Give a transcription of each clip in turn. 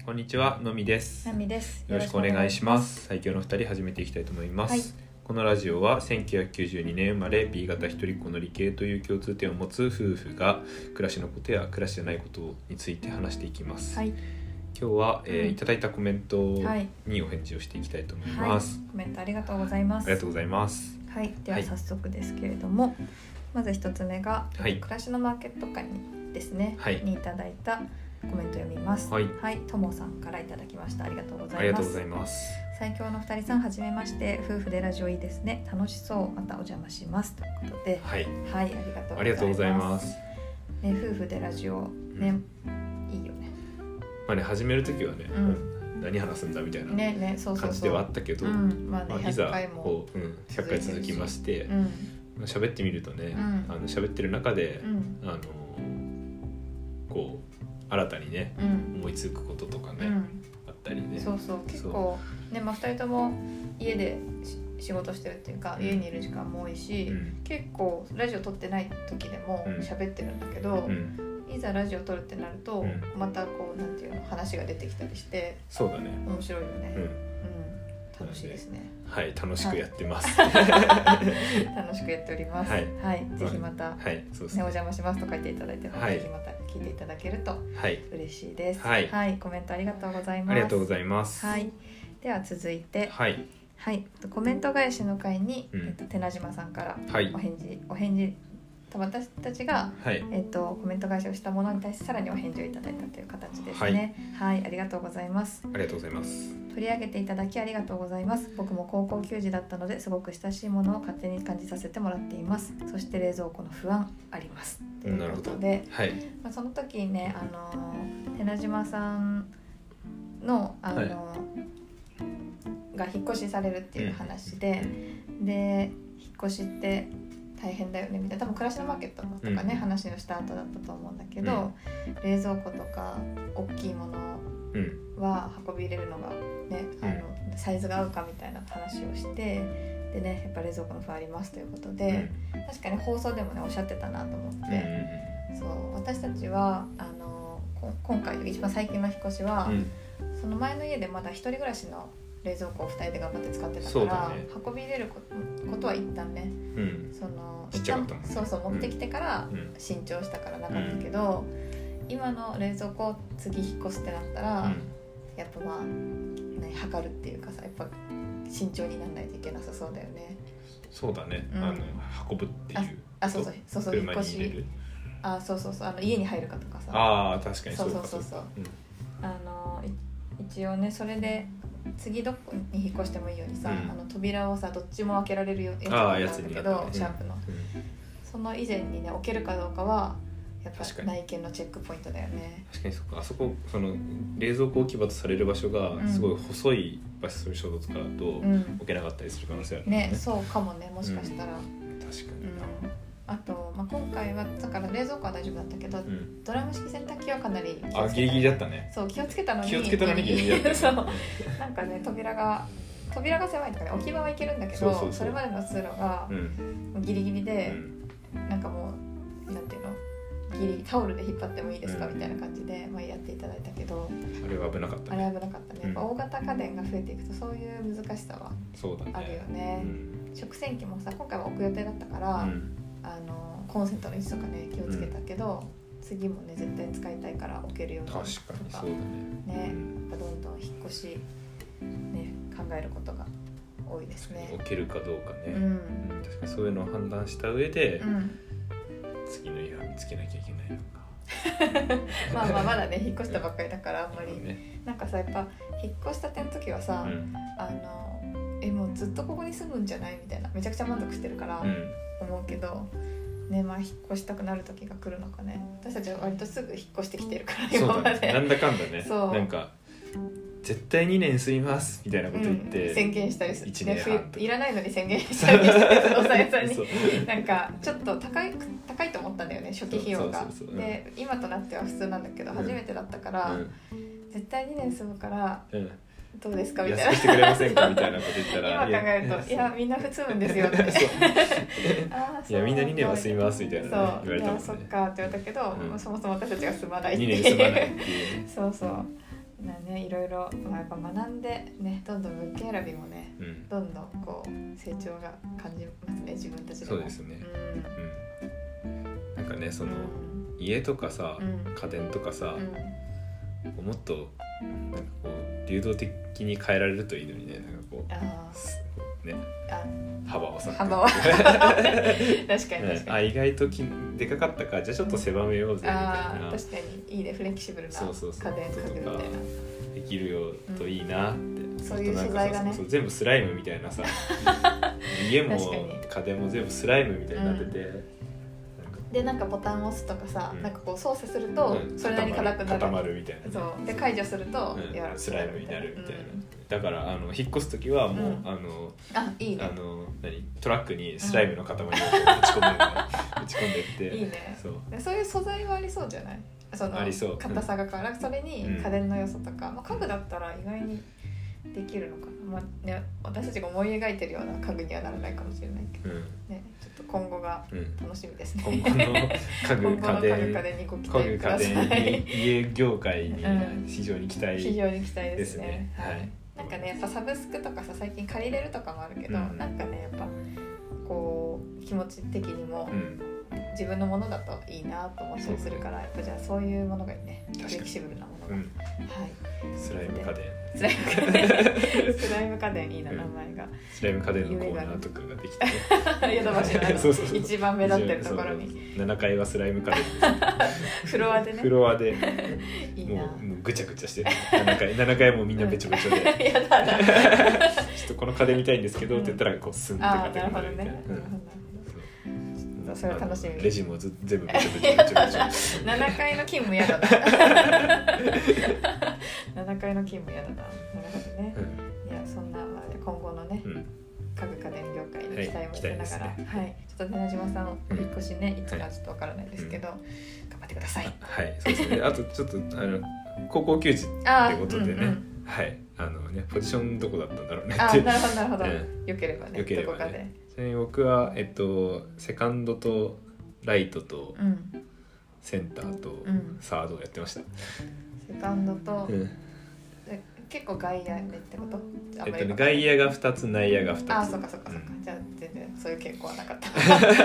こんにちは、のみです。 なみです。 よろしくお願いします。最強の2人始めていきたいと思います。 はい、 このラジオは1992年生まれ B 型一人っ子の理系という共通点を持つ夫婦が暮らしのことや暮らしじゃないことについて話していきます。 はい、 今日は、いただいたコメントにお返事をしていきたいと思います。 コメントありがとうございます。 ありがとうございます。 はい、では早速ですけれども、まず一つ目が、暮らしのマーケット会にですね、にいただいたコメント読みます。ともさんからいただきました。ありがとうございます。 ありがとうございます。 最強の2人さん、はじめまして。夫婦でラジオいいですね。楽しそう。またお邪魔しますということで、ありがとうございます。ね、夫婦でラジオね、いいよね。 始めるときはね、何話すんだみたいな感じではあったけど、いざこう、100回続きまして、喋ってみるとね、喋ってる中で、こう新たにね、思いつくこととかね、あったりね。 結構ね、2人とも家で仕事してるっていうか、家にいる時間も多いし、結構ラジオ撮ってない時でも喋ってるんだけど、いざラジオ撮るってなると、またこうなんていうの、話が出てきたりして、 そうだね、 面白いよね。楽しいですね。 はい、楽しくやってます。 楽しくやっております。ぜひまた、お邪魔しますと書いていただいて、ぜひまた聞いていただけると嬉しいです。コメントありがとうございます。 ありがとうございます。 では続いて、コメント返しの回に、手名島さんからお返事私たちが、コメント返しをしたものに対してさらにお返事をいただいたという形ですね。ありがとうございます。 ありがとうございます。 取り上げていただきありがとうございます。僕も高校球児だったので、すごく親しいものを勝手に感じさせてもらっています。そして冷蔵庫の不安ありますということで、その時にね、手名島さんの、が引っ越しされるっていう話で、で引っ越しって大変だよねみたいな、多分暮らしのマーケットとかね、話のした後だったと思うんだけど、冷蔵庫とか大きいものは運び入れるのがね、サイズが合うかみたいな話をして、でね、やっぱ冷蔵庫の不安ありますということで、確かに放送でもねおっしゃってたなと思って、そう私たちは今回一番最近の引っ越しは、その前の家でまだ一人暮らしの冷蔵庫を2人で頑張って使ってたから、運び入れることは一旦ね、 ちっちゃかったもんね。 持ってきてから新調したからなかったけど、今の冷蔵庫を次引っ越すってなったら、やっぱ測るっていうかさ、やっぱ慎重にならないといけなさそうだよね。 そうだね、運ぶっていう、 引っ越し、家に入るかとかさ、 確かにそう一応ね、それで次どこに引っ越してもいいようにさ、扉をさどっちも開けられるやつだったんだけど、シャープの、その以前にね置けるかどうかはやっぱ内見のチェックポイントだよね。 確かにあそこ、その冷蔵庫置き場とされる場所がすごい細い場所とかだと置けなかったりする可能性あるね。そうかもね、もしかしたら。 確かにあと、今回はだから冷蔵庫は大丈夫だったけど、ドラム式洗濯機はかなりギリギリだったね。 そう、気をつけたのにギリギリだったそう、なんかね、扉が狭いとかね、置き場はいけるんだけど、それまでの通路がギリギリで、なんかもうなんていうの、ギリタオルで引っ張ってもいいですかみたいな感じで、やっていただいたけど、 あれは危なかったね。 やっぱ大型家電が増えていくとそういう難しさはあるよね。食洗機もさ、今回は置く予定だったから、コンセントの位置とかね気をつけたけど、次もね絶対使いたいから置けるようにとか、 確かにそうだね。 やっぱどんどん引っ越しね考えることが多いですね。 置けるかどうかね。確かにそういうのを判断した上で、次の家は見つけなきゃいけないのか。 まだね引っ越したばっかりだからあんまり、なんかさ、やっぱ引っ越したての時はさ、もうずっとここに住むんじゃないみたいな、めちゃくちゃ満足してるから思うけど、ね、引っ越したくなる時が来るのかね。私たちは割とすぐ引っ越してきてるから、今まで。 なんだかんだね。なんか絶対2年住みますみたいなこと言って、 宣言したりする、 1年半いらないのに宣言したりして不動産屋さんになんかちょっと高いと思ったんだよね、初期費用が。で今となっては普通なんだけど、初めてだったから、絶対2年住むから、どうですかみたいな、 安くしてくれませんかみたいなこと言ったら、 今考えると、いやみんな普通ですよっていやみんな2年は住みますみたいな、言われたもんね。 そっかって言われたけど、そもそも私たちが住まないって 2年住まないっていうそうね、いろいろ、まあ、やっぱ学んでね、どんどん物件選びもね、どんどんこう成長が感じますね、自分たちでも。 そうですね、なんかね、その、家とかさ、家電とかさ、もっとなんかこう流動的に変えられるといいのにね、なんかこうね、幅をさ、幅を確かに確かに、意外とでかかったか、じゃあちょっと狭めようぜみたいな、確かにいいね、フレキシブルな家電家具みたいなできるよといいなって、そういう素材がね、全部スライムみたいなさ家も家電も全部スライムみたいになってて、でなんかボタンを押すとかさ、なんかこう操作するとそれなりに硬くなる、固まるみたいな、そうで解除すると柔らかくスライムになるみたいな、だから引っ越す時はもう、いいね、トラックにスライムの塊を打ち込んでっていいね、そういう素材はありそうじゃない、その硬さが変わる、それに家電の要素とか、まあ、家具だったら意外にできるのかな、まあね、私たちが思い描いてるような家具にはならないかもしれないけど、ね、ちょっと今後が楽しみですね、今後の家電にご期待ください。家業界に非常に期待ですね。はい、なんかね、やっぱサブスクとかさ、最近借りれるとかもあるけど、なんかね、やっぱこう気持ち的にも、自分のものだといいなと思ったりするから、やっぱじゃあそういうものがいいね、フレキシブルなものが、はい、スライム家電、スライム家電いいな、名前がスライム家電のコーナーとかができて、ヨドバシの一番目立ってるところに7階はスライム家電フロアでいいな、もうぐちゃぐちゃしてる、7階もみんなべちょべちょでやだなちょっとこの家電見たいんですけどって言ったらこうスンって家電があるみたいな、それ楽しみ。レジも全部べちょべちょ7階の勤務嫌だな7階の勤務嫌だな、なるほどね、いや、そんな、まあ、今後のね、家具家電業界に期待もしながら、はい、ちょっと寺島さんの引っ越しね、いつかちょっとわからないですけど、頑張ってください。はい、そうですね。あとちょっと高校球児ってことでね、はい、ね、ポジションどこだったんだろうねっていう。なるほどなるほど。よければね、どこかで。ちなみに僕はセカンドとライトとセンターとサードをやってました。セカンドと、結構外野ってこと？外野が2つ、内野が2つ。あ、そうかそうかそうか。じゃあ全然そういう傾向はなかった。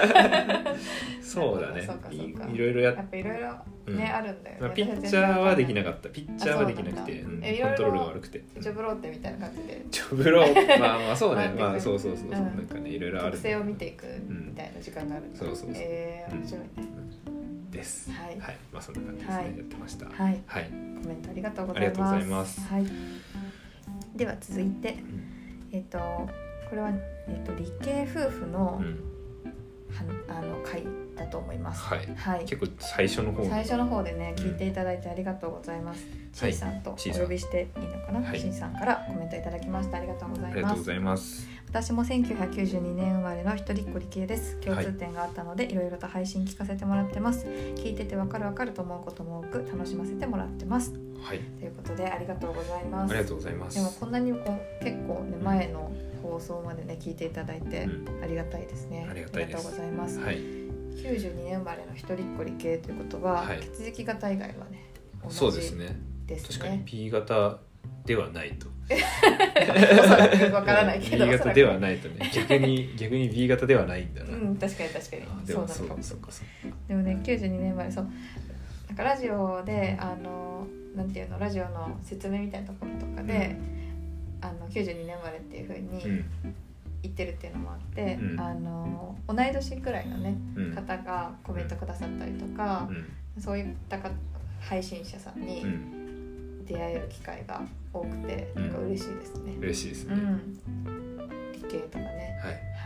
そうだね。いろいろやっぱいろいろね、あるんだよね。ピッチャーはできなかった。ピッチャーはできなくて、コントロールが悪くて。ジョブローテみたいな感じで。ジョブロー、まあそうね。まあそうなんかね、いろいろある。特性を見ていくみたいな時間がある。そう。面白いね。です。はい、まあそんな感じですね。やってました。はい。コメントありがとうございます。はい。では続いて、これは理系夫婦の回だと思います。はい。結構最初の方でね、聞いていただいてありがとうございます。しんさんとお呼びしていいのかな。しんさんからコメントいただきました。ありがとうございます。ありがとうございます。私も1992年生まれの一人っ子理系です。共通点があったのでいろいろと配信聞かせてもらってます。聞いててわかると思うことも多く楽しませてもらってます。はい。ということでありがとうございます。ありがとうございます。でもこんなに結構ね、前の放送までね聞いていただいてありがたいですね。ありがとうございます。はい。92年生まれの一人っ子理系ということは、血液型以外はね同じですね。そうですね。確かに B 型ではないと。おそらくわからないけど B 型ではないとね、逆に B 型ではないんだな。確かにそうなのかも。でもね、92年前なんかラジオでなんていうの、ラジオの説明みたいなところとかで、92年生まれっていう風に言ってるっていうのもあって、同い年くらいのね、方がコメントくださったりとか、そういった配信者さんに出会える機会が多くて、なんか嬉しいですね。嬉しいですね。理系とかね。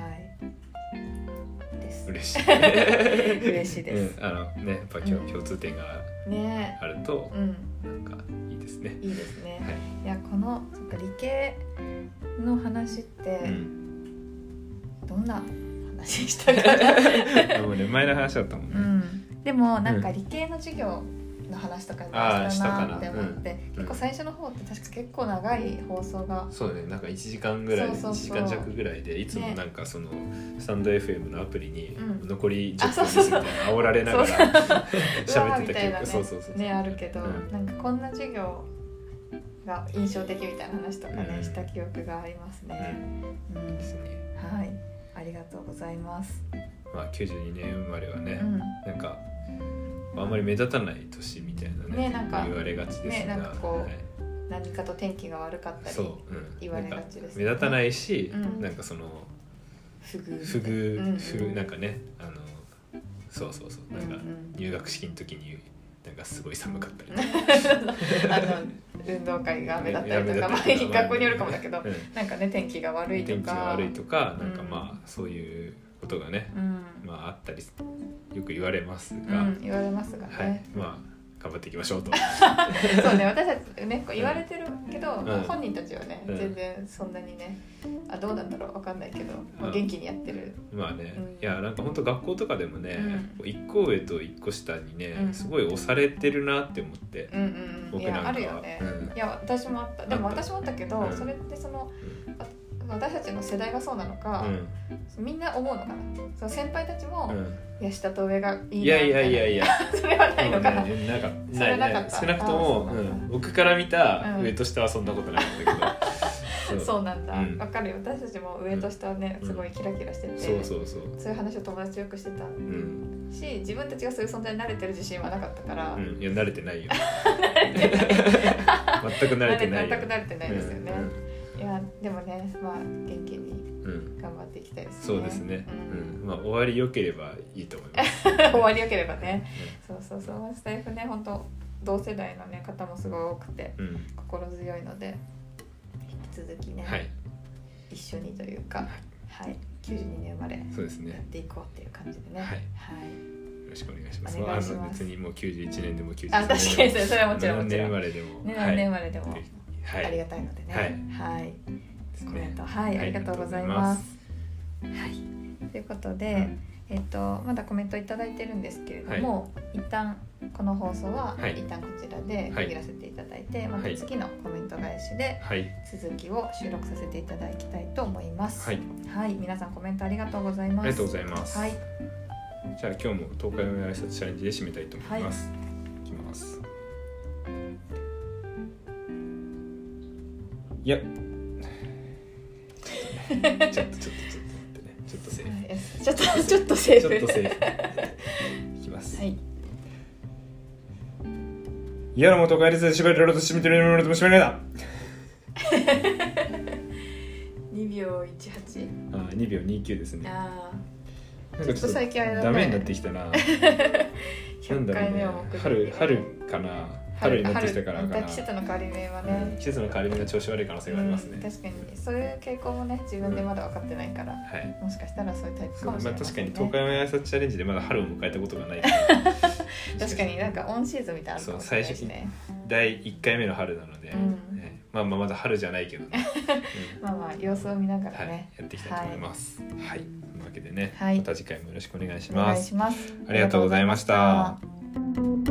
はい。です。嬉しい。嬉しいです。ね、やっぱ共通点があると、なんかいいですね。いいですね。いや、この理系の話ってどんな話したかな。もうね、前の話だったもんね。でもなんか理系の授業の話とかにしたなって思って、結構最初の方って確か結構長い放送が、そうね、なんか1時間ぐらい、1時間弱ぐらいで、いつもなんかそのスタンド FM のアプリに残り10分ですみたいな煽られながら喋ってたけど、そうね、あるけど、なんかこんな授業が印象的みたいな話とかね、した記憶がありますね。ですね。はい、ありがとうございます。 まあ92年生まれはね、なんかあんまり目立たない年みたいなね、なんか言われがちですが、 なんかこう、何かと天気が悪かったり言われがちですね。 目立たないし、なんかその不遇なんかね、そうなんか入学式の時になんかすごい寒かったり運動会が目立ったりとか、学校によるかもだけど、なんかね天気が悪いとかなんかまあそういうことがね、まああったりよく言われますが、 言われますがね、 まあ頑張っていきましょうとそうね、私たちねこう言われてるけど、本人たちはね、全然そんなにね、どうなんだろう分かんないけど、元気にやってる。 まあね、いやなんか本当学校とかでもね、1個上と1個下にね、すごい押されてるなって思って、 僕なんかはあるよね。いや私もあった。でも私もあったけど、それってその私たちの世代がそうなのか、みんな思うのかな。その先輩たちも、いや下と上がいいなみたいな。それはないのかな。なんかない少なくとも僕から見た上と下はそんなことないんだけど。そうなんだ。わかるよ。私たちも上と下はねすごいキラキラしてて、そういう話を友達とよくしてたし、自分たちがそういう存在に慣れてる自信はなかったから。いや慣れてないよ。全く慣れてない。 全く慣れてないですよね。いやでもね、まあ元気に頑張っていきたいですね。 そうですね。まあ終わり良ければいいと思います。 終わり良ければね。そうスタイフね、本当同世代のね方もすごい多くて、心強いので引き続きね、一緒にというか、92年生まれそうですね。 やっていこうっていう感じでね。 よろしくお願いします。別にもう91年でも93年でも、 確かにそれはもちろん何年生まれでも、 何年生まれでも。ありがたいのでね。コメントありがとうございます。ということで、まだコメントいただいてるんですけれども、一旦この放送は一旦こちらで区切らせていただいて、また次のコメント返しで続きを収録させていただきたいと思います。皆さんコメントありがとうございます。 ありがとうございます。じゃあ今日も東海オンエア挨拶チャレンジで締めたいと思います。いきます。いやちょっと待ってね、ちょっとセーフ、 ちょっとセーフいきます。いやもう東海列で縛られると締めてるようなとも締めないだ 2秒18、 2秒29ですね。 ちょっと最近あれだね、 ダメになってきたな 100回目を目的に、 春かな、春になってきたからかな。 季節の変わり目はね、 季節の変わり目が調子悪い可能性がありますね。 確かにそういう傾向もね自分でまだ分かってないから、もしかしたらそういうタイプかもしれない、 確かに東海オンエア挨拶チャレンジでまだ春を迎えたことがないから確かになんかオンシーズンみたいなのかもしれないですね。 第1回目の春なので、まだ春じゃないけどねまあ様子を見ながらね、 やっていきたいと思います。というわけでね、また次回もよろしくお願いします。ありがとうございました。